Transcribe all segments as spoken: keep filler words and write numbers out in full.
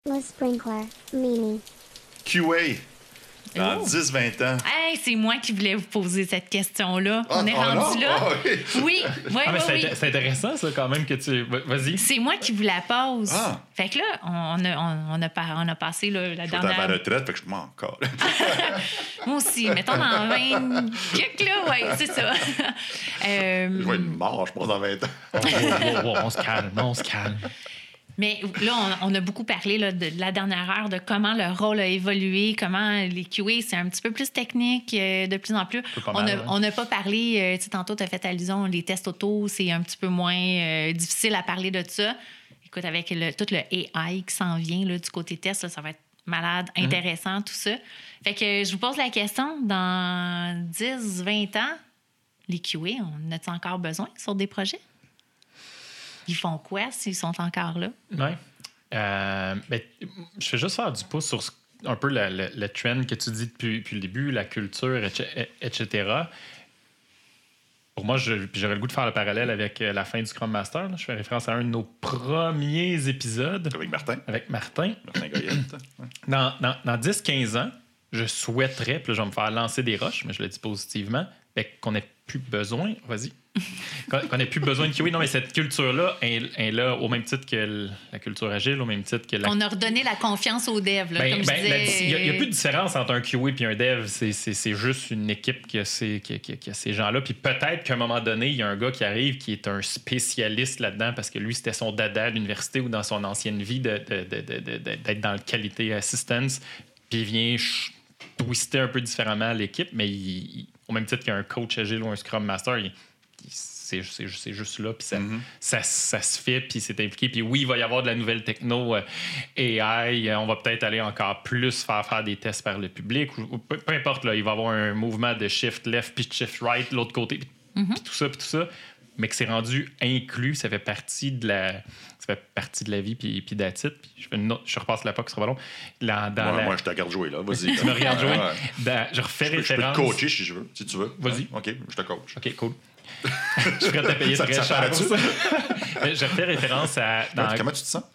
Le sprinkler, Mimi. Q A. Dans Oh. dix vingt ans. Hey, c'est moi qui voulais vous poser cette question-là. Ah, On est ah rendu non? là. Ah, oui. Oui, oui, Ah, mais oui, c'est, oui. int- c'est intéressant, ça, quand même, que tu. Vas-y. C'est moi qui vous la pose. Ah. Fait que là, on a, on, on a, par- on a passé là, la Je suis à ma dernière... retraite, fait que je m'en encore. Moi aussi, mettons dans vingt quelques, là, oui, c'est ça. Euh, Je vais être mort, je pense, dans vingt ans. Oh, oh, oh, oh, on se calme, non, on se calme. Mais là, on, on a beaucoup parlé là, de, de la dernière heure, de comment le rôle a évolué, comment les Q A, c'est un petit peu plus technique euh, de plus en plus. Pas On mal, a- ouais. on n'a pas parlé, euh, tu sais, tantôt, tu as fait allusion, les tests auto, c'est un petit peu moins euh, difficile à parler de ça. Écoute, avec le, tout le A I qui s'en vient là, du côté test, là, ça va être malade, intéressant, tout ça. Fait que je vous pose la question, dans dix vingt ans, les Q A, on a-t-il encore besoin sur des projets? Ils font quoi s'ils sont encore là? Oui. Euh, ben, je fais juste faire du pouce sur ce- un peu le, le, le trend que tu dis depuis, depuis le début, la culture, et cetera. Pour moi, je, puis j'aurais le goût de faire le parallèle avec euh, la fin du Scrum Master. Là. Je fais référence à un de nos premiers épisodes Avec Martin. avec Martin. Martin Goyette. Ouais. Dans, dans, dans dix quinze ans, je souhaiterais, puis là, je vais me faire lancer des roches, mais je le dis positivement, ben, qu'on n'ait plus besoin, vas-y, qu'on qu'on n'ait plus besoin de Q A. Non, mais cette culture-là est, est là au même titre que l- la culture agile, au même titre que la... On a redonné la confiance aux devs, là, Ben, comme ben, je la- disais. Il n'y a, il y a plus de différence entre un Q A et un dev. C'est, c'est, c'est juste une équipe qui a ces, qui, qui- qui a ces gens-là. Puis peut-être qu'à un moment donné, il y a un gars qui arrive qui est un spécialiste là-dedans parce que lui, c'était son dada à l'université ou dans son ancienne vie de, de- de- de- de- de- d'être dans le qualité assistance. Puis il vient ch- twister un peu différemment l'équipe, mais il- il- au même titre qu'un coach agile ou un Scrum Master, il- il- c'est, c'est, c'est juste là, puis ça, Mm-hmm. ça, ça se fait, puis c'est impliqué. Puis oui, il va y avoir de la nouvelle techno, euh, A I, euh, on va peut-être aller encore plus faire faire des tests par le public, ou, ou peu, peu importe, là, il va y avoir un mouvement de shift left, puis de shift right, l'autre côté, puis puis tout ça, puis tout ça, mais que c'est rendu inclus, ça fait partie de la, ça fait partie de la vie, puis, puis that's it. Puis je, fais une autre- je repasse la P A C, ce sera pas long. Dans, dans Moi, la- moi, je te regarde jouer, là. Vas-y. tu me regardes jouer. Ouais, ouais. Dans- je refais Je peux, je peux te référence... coacher si je veux, si tu veux. Vas-y. OK, je te coach. OK, cool. Je suis prêt à payer Ça- très ça cher paraît pour ça. Mais je refais référence à... dans- Comment tu te sens?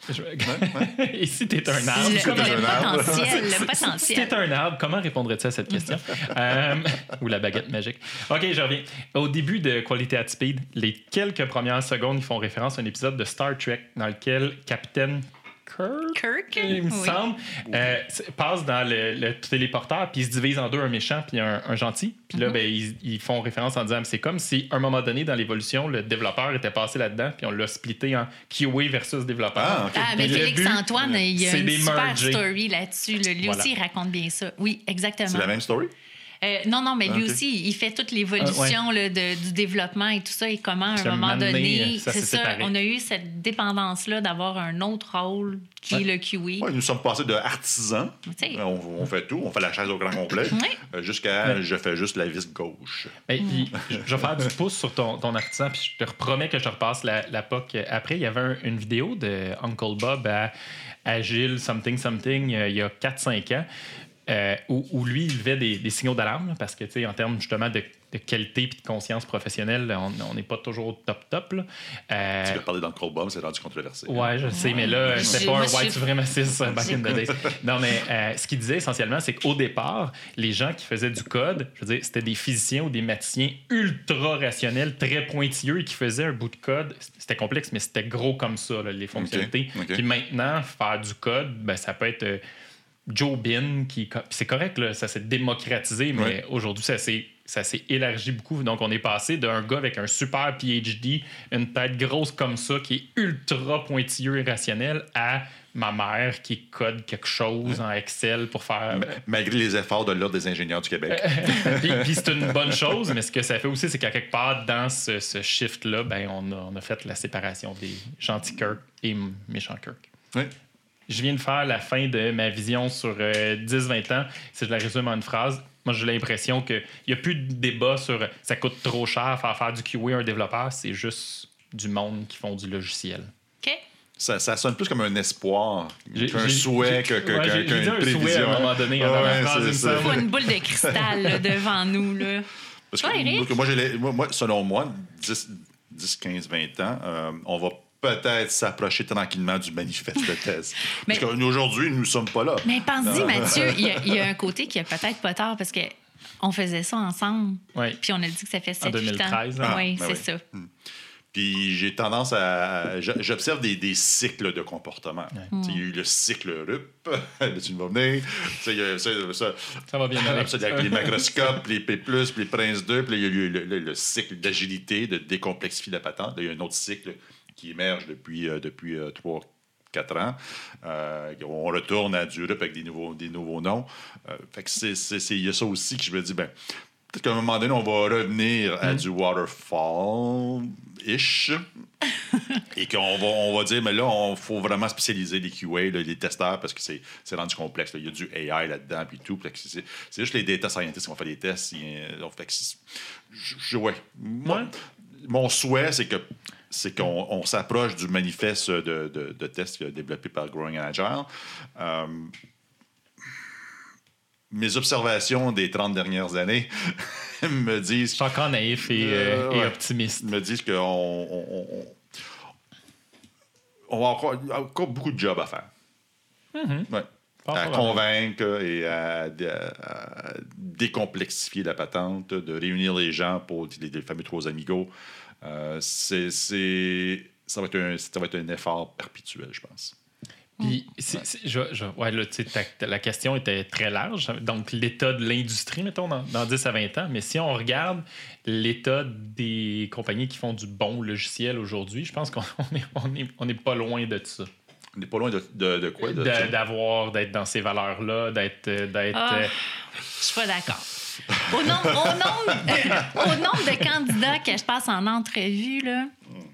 Je- Et si t'es un arbre... Le, comment- le un arbre. potentiel, le Si potentiel. t'es un arbre, comment répondrais-tu à cette question? Euh, ou la baguette magique. OK, je reviens. Au début de Quality at Speed, les quelques premières secondes, ils font référence à un épisode de Star Trek dans lequel Capitaine Kirk, Kirk? il me Oui. semble, euh, c'est- passe dans le, le téléporteur, puis ils se divisent en deux, un méchant puis un, un gentil. Puis là, ben, ils, ils font référence en disant c'est comme si, à un moment donné, dans l'évolution, le développeur était passé là-dedans, puis on l'a splitté en Q A versus développeur. Ah, OK. Ah, mais Puis le Félix but, Antoine, il y a c'est une des super mergés. story là-dessus. là. Lui Voilà. aussi, il raconte bien ça. Oui, exactement. C'est la même story? Euh, non, non, mais lui Ah, ok. aussi, il fait toute l'évolution là, de- du développement et tout ça, et comment, à Puis un à un moment moment donné, donné, ça c'est s'est ça, séparé. on a eu cette dépendance-là d'avoir un autre rôle qui Ouais. est le Q A. Oui, nous sommes passés de artisans, Tu sais. on, on fait tout, on fait la chaise au grand complet, Oui. euh, jusqu'à Ouais. je fais juste la vis gauche. Et puis, je je vais faire du pouce sur ton, ton artisan, puis je te promets que je te repasse la, la P A C. Après, il y avait un- une vidéo de Uncle Bob à Agile Something Something euh, il y a quatre cinq ans. Euh, où, où lui, il levait des, des signaux d'alarme, là, parce que, tu sais, en termes justement de, de qualité et de conscience professionnelle, on n'est pas toujours au top-top. là. Euh, Tu veux parler dans le Cold Bomb, c'est rendu controversé. Ouais, je sais, mais là, J'ai- c'était pas moi, un je white suis- supremacist back in the days. Non, mais euh, ce qu'il disait essentiellement, c'est qu'au départ, les gens qui faisaient du code, je veux dire, c'était des physiciens ou des mathématiciens ultra rationnels, très pointilleux et qui faisaient un bout de code. C'était complexe, mais c'était gros comme ça, là, les fonctionnalités. ok. Puis maintenant, faire du code, ben, ça peut être. euh, Joe Bin, qui puis c'est correct, là, ça s'est démocratisé, mais Ouais. aujourd'hui, ça s'est, ça s'est élargi beaucoup. Donc, on est passé d'un gars avec un super P H D, une tête grosse comme ça, qui est ultra pointilleux et rationnel, à ma mère qui code quelque chose en Excel pour faire... Ma- Malgré les efforts de l'Ordre des ingénieurs du Québec. puis, puis c'est une bonne chose, mais ce que ça fait aussi, c'est qu'à quelque part, dans ce, ce shift-là, ben, on, a, on a fait la séparation des gentils Kirk et méchants Kirk. Oui. Je viens de faire la fin de ma vision sur euh, dix vingt ans. Si je la résume en une phrase, moi, j'ai l'impression qu'il n'y a plus de débat sur euh, ça coûte trop cher faire faire du Q A à un développeur. C'est juste du monde qui font du logiciel. OK? Ça, ça sonne plus comme un espoir J'ai- qu'un j'ai- souhait, j'ai- que, que, ouais, qu'un- j'ai- j'ai dit qu'une un souhait prévision. à un moment donné, Ah dans ma ouais, phrase, c'est il me ça. semble. Pas une boule de cristal là, devant nous. Là. Parce Toi, que, Éric? moi, moi, j'ai les- moi, moi, selon moi, dix, quinze, vingt ans, euh, on va peut-être s'approcher tranquillement du manifeste de thèse. Mais- Parce qu'aujourd'hui, nous ne sommes pas là. Mais pense-y, Mathieu, il y, a, il y a un côté qui a peut-être pas tort parce que on faisait ça ensemble. Oui. Puis on a dit que ça fait sept deux mille treize, hein? Oui, Ben c'est oui. ça. Puis j'ai tendance à... J'observe des, des cycles de comportement. Tu sais, il y a eu le cycle R U P, là, tu vas venir. Tu sais, il y a ça, ça, Ça va bien aller. ça, avec les macroscopes, les P plus, puis les Prince deux. Puis là, il y a eu le, le- le cycle d'agilité, de décomplexifier la patente. Là, il y a un autre cycle qui émerge depuis, euh, depuis euh, trois quatre ans. Euh, on retourne à du R U P avec des nouveaux, des nouveaux noms. Euh, fait que c'est, c'est, c'est- il y a ça aussi que je me dis, ben, peut-être qu'à un moment donné, on va revenir à du waterfall-ish. Et qu'on va, on va dire, mais là, il faut vraiment spécialiser les Q A, là, les testeurs, parce que c'est, c'est rendu complexe. Là. Il y a du A I là-dedans, puis tout. Fait que c'est, c'est juste les data scientists qui vont faire des tests. Et, euh, fait que c'est- je- je- ouais. Moi, Ouais. Mon souhait, c'est que c'est qu'on on s'approche du manifeste de, de, de tests développé par Growing Agile. Euh, mes observations des trente dernières années me Je disent suis encore naïf et, Euh, euh, et ouais. optimiste. me disent qu'on on, on, on- on va encore, il y a encore beaucoup de jobs à faire. Mhm. Ouais. Pas À problème. convaincre et à, dé- à décomplexifier la patente, de réunir les gens pour les, les fameux trois amigos. Euh, c'est, c'est, ça, va être un, ça va être un effort perpétuel, je pense. Puis, c'est- c'est- je, je- ouais, là, tu sais, ta- ta- la question était très large. Donc, l'état de l'industrie, mettons, dans, dans dix à vingt ans. Mais si on regarde l'état des compagnies qui font du bon logiciel aujourd'hui, je pense qu'on n'est on est, on est pas loin de ça. On n'est pas loin de, de, de quoi? De, De- D'avoir, d'être dans ces valeurs-là, d'être. euh, d'être Ah, euh, je suis pas d'accord. Au nombre, au, nombre, au nombre de candidats que je passe en entrevue, là,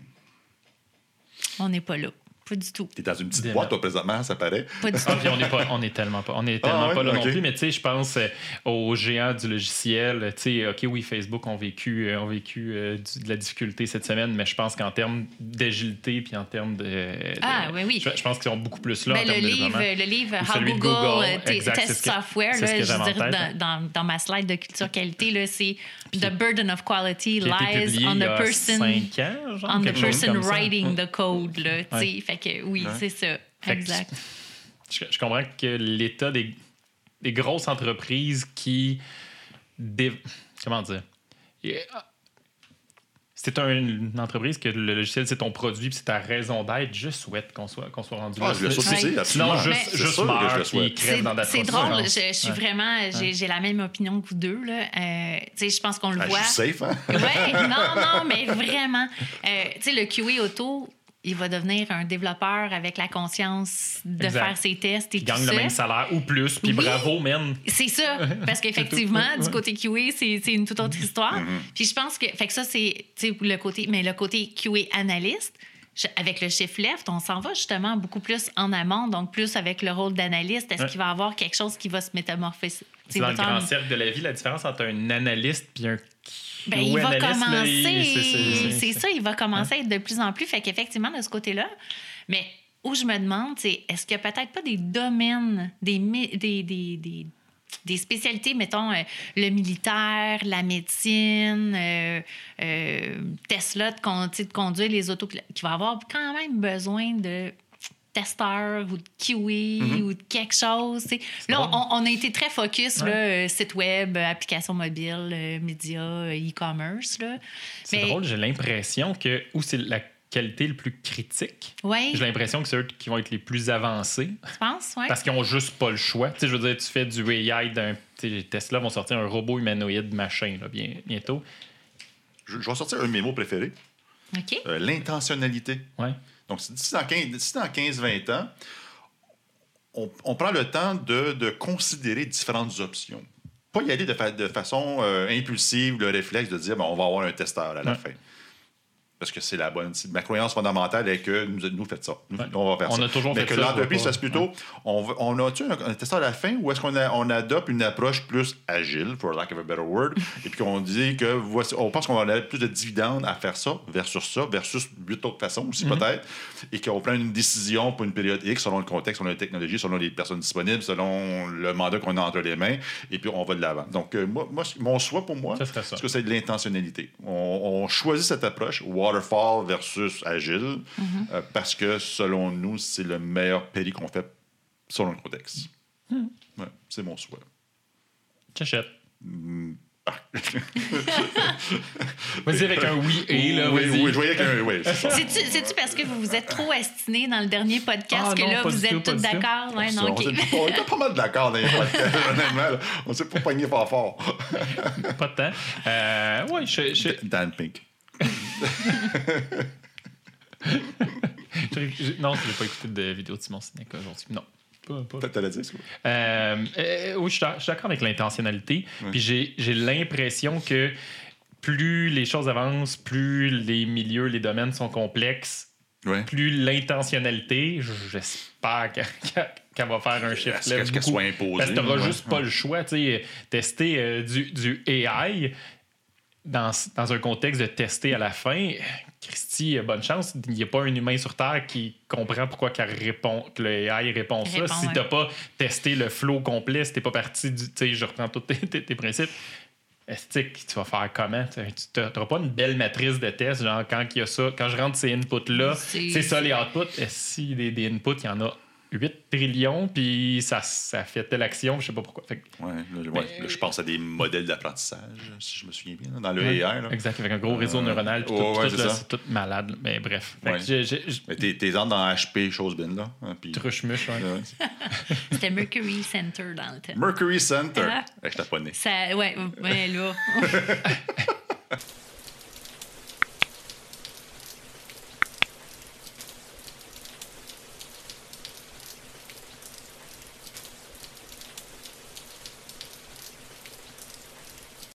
on n'est pas là. Pas du tout. T'es dans une petite Des boîte, maths. toi, présentement, ça paraît. Pas du tout. Ah, puis on n'est pas, on est tellement pas, on est tellement Ah ouais, pas là ok. non plus. Mais tu sais, je pense euh, aux géants du logiciel. Tu sais, ok, oui, Facebook ont vécu, euh, ont vécu euh, du- de la difficulté cette semaine, mais je pense qu'en termes d'agilité puis en termes de, de- Ah, oui, oui. Je, je pense qu'ils sont beaucoup plus là Ben, en le, termes de livre, développement. le livre Ou How celui de Google, Google, euh, t- exact, Test c'est ce que- Software, c'est là, ce que je j'avais en veux dire, tête, dans, dans, dans ma slide de culture qualité, là, c'est The burden of quality Qui a été lies publié on il y the a person, cinq ans, genre, on the quelque chose person comme ça. writing Ouais. the code. Là, tu sais. Ouais. Fait que oui, Ouais. c'est ça. Fait que Exact. Je, je comprends que l'état des, des grosses entreprises qui. dé- comment dire? Et, ah, c'est un- une entreprise que le logiciel, c'est ton produit, puis c'est ta raison d'être. Je souhaite qu'on soit, qu'on soit rendu Ah, là. je le souhaite aussi, Ouais. absolument. Sinon, Mais- juste, C'est juste sûr que je le meurt, puis souhaite. crève C'est dans ta c'est propre drôle, souffrance. je, je suis Ouais. vraiment, j'ai j'ai la même opinion que vous deux. Là. Euh, tu sais, je pense qu'on le Ah, je voit. suis safe, hein? Ouais, non, non, mais vraiment. Euh, tu sais, le Q A auto, il va devenir un développeur avec la conscience de Exact. faire ses tests et Qui tout gagne ça. le même salaire ou plus, puis Oui. bravo, man. C'est ça, parce qu'effectivement, du côté Q A, c'est c'est une toute autre histoire. Puis je pense que, fait que ça, c'est tu sais, le côté, mais le côté Q A analyste, je- avec le shift left, on s'en va justement beaucoup plus en amont, donc plus avec le rôle d'analyste. Est-ce Ouais. qu'il va y avoir quelque chose qui va se métamorphoser? C'est dans le autant- grand cercle de la vie, la différence entre un analyste puis un Ben, il va analyste, là, commencer, il- c'est- c'est- c'est ça, il va commencer à être de plus en plus. Fait qu'effectivement, de ce côté-là, mais où je me demande, c'est est-ce qu'il n'y a peut-être pas des domaines, des, mi- des, des, des, des spécialités, mettons, euh, le militaire, la médecine, euh, euh, Tesla, de, con- tu sais, de conduire les autos, qui va avoir quand même besoin de testeurs ou de Q A ou de quelque chose. tu sais. Là, drôle. on, on a été très focus, Ouais. là, euh, site web, euh, application mobile, euh, médias, euh, e-commerce. là. C'est Mais- drôle, j'ai l'impression que où c'est la qualité le plus critique, Oui, j'ai l'impression que c'est eux qui vont être les plus avancés je pense, oui. parce qu'ils ont juste pas le choix. Tu sais, je veux dire, tu fais du A I d'un. tu sais, Tesla vont sortir un robot humanoïde machin là, bien, bientôt. Je, je vais sortir un de mes mots préférés. OK. Euh, l'intentionnalité. Ouais. Donc, d'ici dans quinze d'ici dans quinze vingt ans, on, on prend le temps de, de considérer différentes options. Pas y aller de, fa- de façon euh, impulsive, le réflexe de dire ben, on va avoir un testeur à la Ouais. fin. Parce que c'est la bonne. c'est- Ma croyance fondamentale est que nous, nous faites ça. Nous, Ouais. on va faire On ça. a toujours Mais fait que ça, je l'entreprise vois pas. fasse plutôt on, va- on a-tu un, un testeur à la fin ou est-ce qu'on a- on adopte une approche plus agile, for lack of a better word, et puis qu'on dit que voici, on pense qu'on va avoir plus de dividendes à faire ça versus ça, versus huit autres façons aussi Mm-hmm. peut-être, et qu'on prend une décision pour une période X selon le contexte, selon les technologies, selon les personnes disponibles, selon le mandat qu'on a entre les mains, et puis on va de l'avant. Donc, euh, moi, moi, mon souhait pour moi, Ça serait ça. c'est que c'est de l'intentionnalité. On, on choisit cette approche, waterfall versus agile, Mm-hmm. euh, parce que, selon nous, c'est le meilleur peli qu'on fait selon le contexte. Mm. Ouais, c'est mon souhait. J'achète. Ah. Vas-y avec un oui et, là, oui, vas-y. oui, je voyais qu'un... Oui, c'est ça. C'est-tu, c'est-tu parce que vous vous êtes trop astinés dans le dernier podcast Ah que non, là, pas vous du tout, êtes pas tous du tout. d'accord? Ouais, Ça, non, on, OK. était, on était pas mal d'accord dans les podcasts, honnêtement. Là. On s'est pas pogné fort fort. Pas de temps. Euh, oui, je... je... Dan Pink. je- non, je n'ai pas écouté de vidéo de Simon Sinek aujourd'hui. Non. Pas, pas. Peut-être la dire, ça. Euh, euh, oui, je suis je suis d'accord avec l'intentionnalité. Puis j'ai j'ai l'impression que plus les choses avancent, plus les milieux, les domaines sont complexes, Ouais. plus l'intentionnalité, j'espère qu'elle qu'elle va faire un shift Est-ce left qu'elle beaucoup. soit imposée? Parce que tu n'auras Ouais. juste pas le choix. Tu sais, tester euh, du, du A I dans, dans un contexte de tester à la fin, Christy, bonne chance. Il n'y a pas un humain sur Terre qui comprend pourquoi qu'elle répond, que le A I répond ça. Répond, si ouais. tu n'as pas testé le flow complet, si tu n'es pas parti du... Tu sais, je reprends tous tes, tes, tes principes. Est-ce que tu vas faire comment? Tu n'auras pas une belle matrice de test, genre quand il y a ça, quand je rentre ces inputs-là, C'est- c'est ça les outputs. Et si des, des inputs, il y en a huit trillions, puis ça, ça fait telle action, je sais pas pourquoi. Fait que- Ouais, là, ouais, là, je pense à des modèles d'apprentissage, si je me souviens bien, là, dans le Ouais, A I. Là. exact, avec un gros réseau Euh, neuronal, puis ouais, tout, ouais, tout, c'est là, ça. c'est tout malade. Mais bref, fait Ouais. que j'ai- j'ai- j'ai- Mais t'es, t'es entre dans H P, chose bin, là. Hein, puis- truche-muche, ouais. Ouais. C'était Mercury Center dans le temps. Mercury Center. Ah. Eh, je t'ai pas né. Ça, ouais, ouais, là.